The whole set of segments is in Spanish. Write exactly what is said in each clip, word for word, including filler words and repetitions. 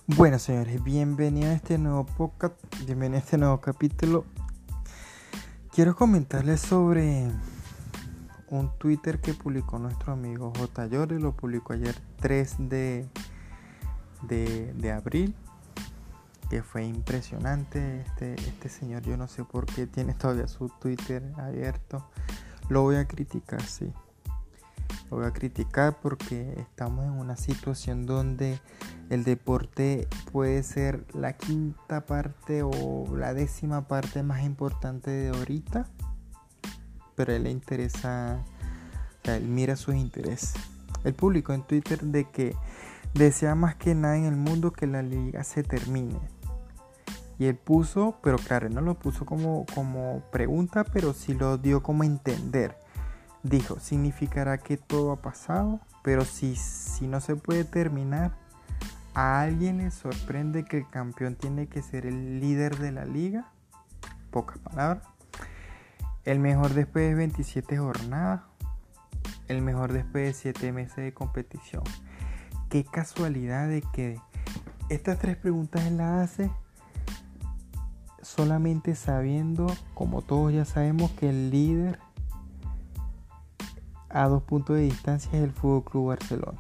Bueno, señores, bienvenidos a este nuevo podcast, bienvenidos a este nuevo capítulo. Quiero comentarles sobre un Twitter que publicó nuestro amigo J. Jordi, lo publicó ayer tres de, de, de abril, que fue impresionante. Este, este señor, yo no sé por qué tiene todavía su Twitter abierto. Lo voy a criticar, sí. Lo voy a criticar porque estamos en una situación donde el deporte puede ser la quinta parte o la décima parte más importante de ahorita, pero a él le interesa, o sea, él mira sus intereses. Él publicó en Twitter de que desea más que nada en el mundo que la liga se termine. Y él puso, pero claro, él no lo puso como, como pregunta, pero sí lo dio como a entender. Dijo, significará que todo ha pasado, pero si, si no se puede terminar, ¿a alguien le sorprende que el campeón tiene que ser el líder de la liga? Pocas palabras. El mejor después de veintisiete jornadas. El mejor después de siete meses de competición. Qué casualidad de que estas tres preguntas él las hace solamente sabiendo, como todos ya sabemos, que el líder a dos puntos de distancia es el F C Barcelona.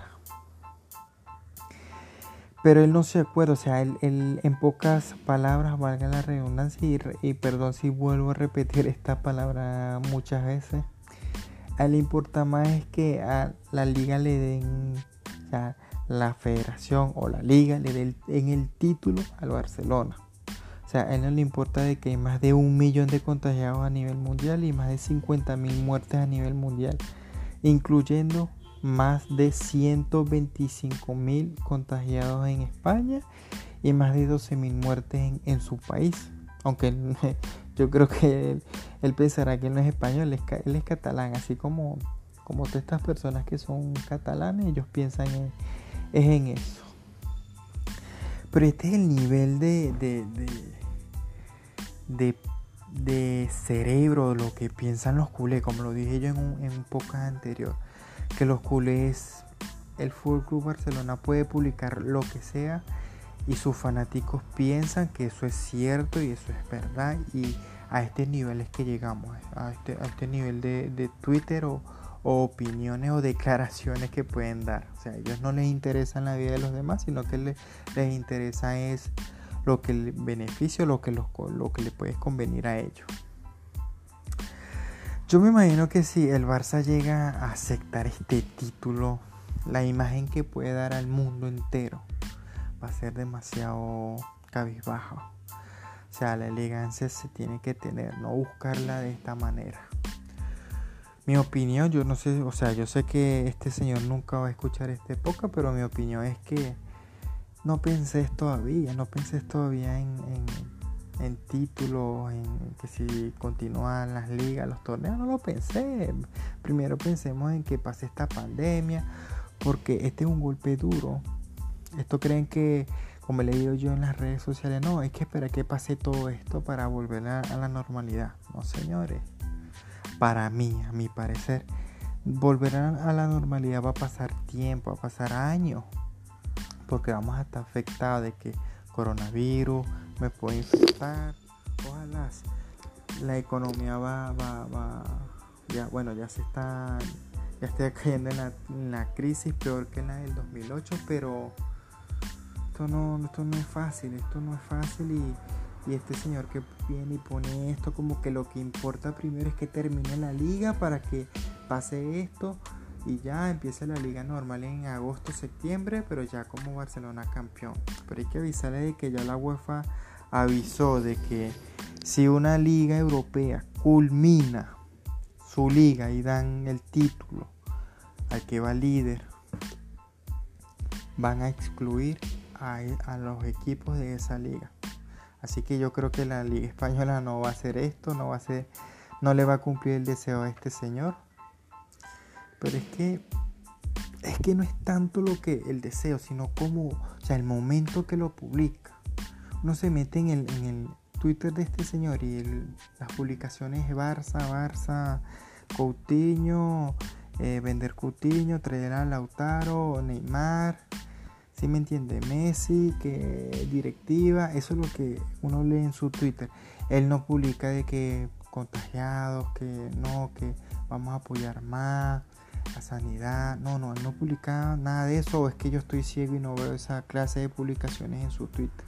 Pero él no se acuerda, o sea, él, él en pocas palabras, valga la redundancia, y, y perdón si vuelvo a repetir esta palabra muchas veces, a él le importa más es que a la liga le den, o sea, la federación o la liga le den en el título al Barcelona. O sea, a él no le importa de que hay más de un millón de contagiados a nivel mundial y más de cincuenta mil muertes a nivel mundial, incluyendo más de ciento veinticinco mil contagiados en España y más de doce mil muertes en, en su país. Aunque él, yo creo que él, él pensará que él no es español, él es, él es catalán, así como, como todas estas personas que son catalanes, ellos piensan en, es en eso. Pero este es el nivel de, de, de, de, de cerebro, lo que piensan los culés, como lo dije yo en un, en un podcast anterior. Que los culés, el F C Barcelona puede publicar lo que sea y sus fanáticos piensan que eso es cierto y eso es verdad, y a este nivel es que llegamos, a este, a este nivel de, de Twitter o, o opiniones o declaraciones que pueden dar. O sea, a ellos no les interesa la vida de los demás, sino que les, les interesa es lo que les beneficia, lo que, los, lo que les puede convenir a ellos. Yo me imagino que si el Barça llega a aceptar este título, la imagen que puede dar al mundo entero va a ser demasiado cabizbaja. O sea, la elegancia se tiene que tener, no buscarla de esta manera. Mi opinión, yo no sé, o sea, yo sé que este señor nunca va a escuchar este podcast, pero mi opinión es que no pensé todavía, no pensé todavía en... en en títulos, en que si continúan las ligas, los torneos, no lo pensé. Primero pensemos en que pase esta pandemia, porque este es un golpe duro. Esto creen que, como he leído yo en las redes sociales, no, hay que esperar que pase todo esto para volver a, a la normalidad. No, señores, para mí, a mi parecer, volver a, a la normalidad va a pasar tiempo, va a pasar años, porque vamos a estar afectados de que coronavirus me puede infectar. Ojalá la economía va, va, va, ya, bueno, ya se está, ya está cayendo en la, en la crisis peor que en la del dos mil ocho, pero esto no, esto no es fácil, esto no es fácil y, y este señor que viene y pone esto como que lo que importa primero es que termine la liga para que pase esto y ya empieza la liga normal en agosto, septiembre, pero ya como Barcelona campeón. Pero hay que avisarle de que ya la UEFA avisó de que si una liga europea culmina su liga y dan el título al que va líder, van a excluir a, a los equipos de esa liga. Así que yo creo que la liga española no va a hacer esto, no va a hacer, no le va a cumplir el deseo a este señor. Pero es que es que no es tanto lo que el deseo, sino como, o sea, el momento que lo publica. Uno se mete en el, en el Twitter de este señor y el, las publicaciones de Barça, Barça, Coutinho, eh, vender Coutinho, traer a Lautaro, Neymar, ¿Sí me entiende? Messi, que directiva, eso es lo que uno lee en su Twitter. Él no publica de que contagiados, que no, que vamos a apoyar más la sanidad. No, no, él no publica nada de eso. O es que yo estoy ciego y no veo esa clase de publicaciones en su Twitter.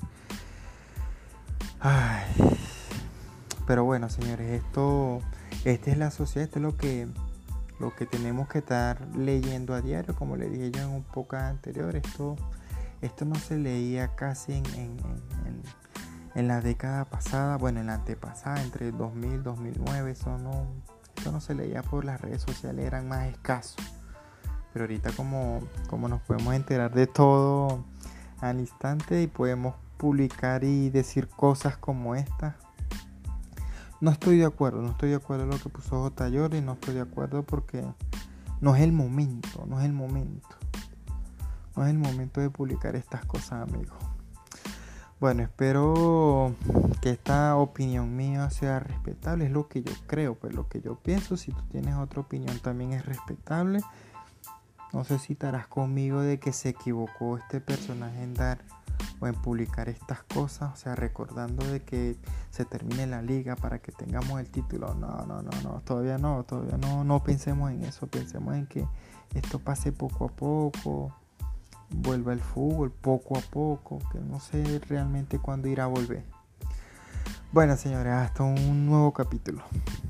Ay. Pero bueno, señores, esto, esta es la sociedad, esto es lo que, lo que tenemos que estar leyendo a diario, como le dije yo en un podcast anterior. Esto, esto no se leía casi en, en, en, en la década pasada, bueno, en la antepasada, entre dos mil y dos mil nueve, eso no, esto no se leía por las redes sociales, eran más escasos. Pero ahorita como, como nos podemos enterar de todo al instante y podemos publicar y decir cosas como estas. No estoy de acuerdo, no estoy de acuerdo en lo que puso J. Jordi, no estoy de acuerdo porque no es el momento, no es el momento. No es el momento de publicar estas cosas, amigos. Bueno, espero que esta opinión mía sea respetable, es lo que yo creo, pues lo que yo pienso. Si tú tienes otra opinión también es respetable. No sé si estarás conmigo de que se equivocó este personaje en dar o en publicar estas cosas, o sea, recordando de que se termine la liga para que tengamos el título. No, no, no, no, todavía no, todavía no, no pensemos en eso, pensemos en que esto pase poco a poco, vuelva el fútbol poco a poco, que no sé realmente cuándo irá a volver. Bueno, señores, hasta un nuevo capítulo.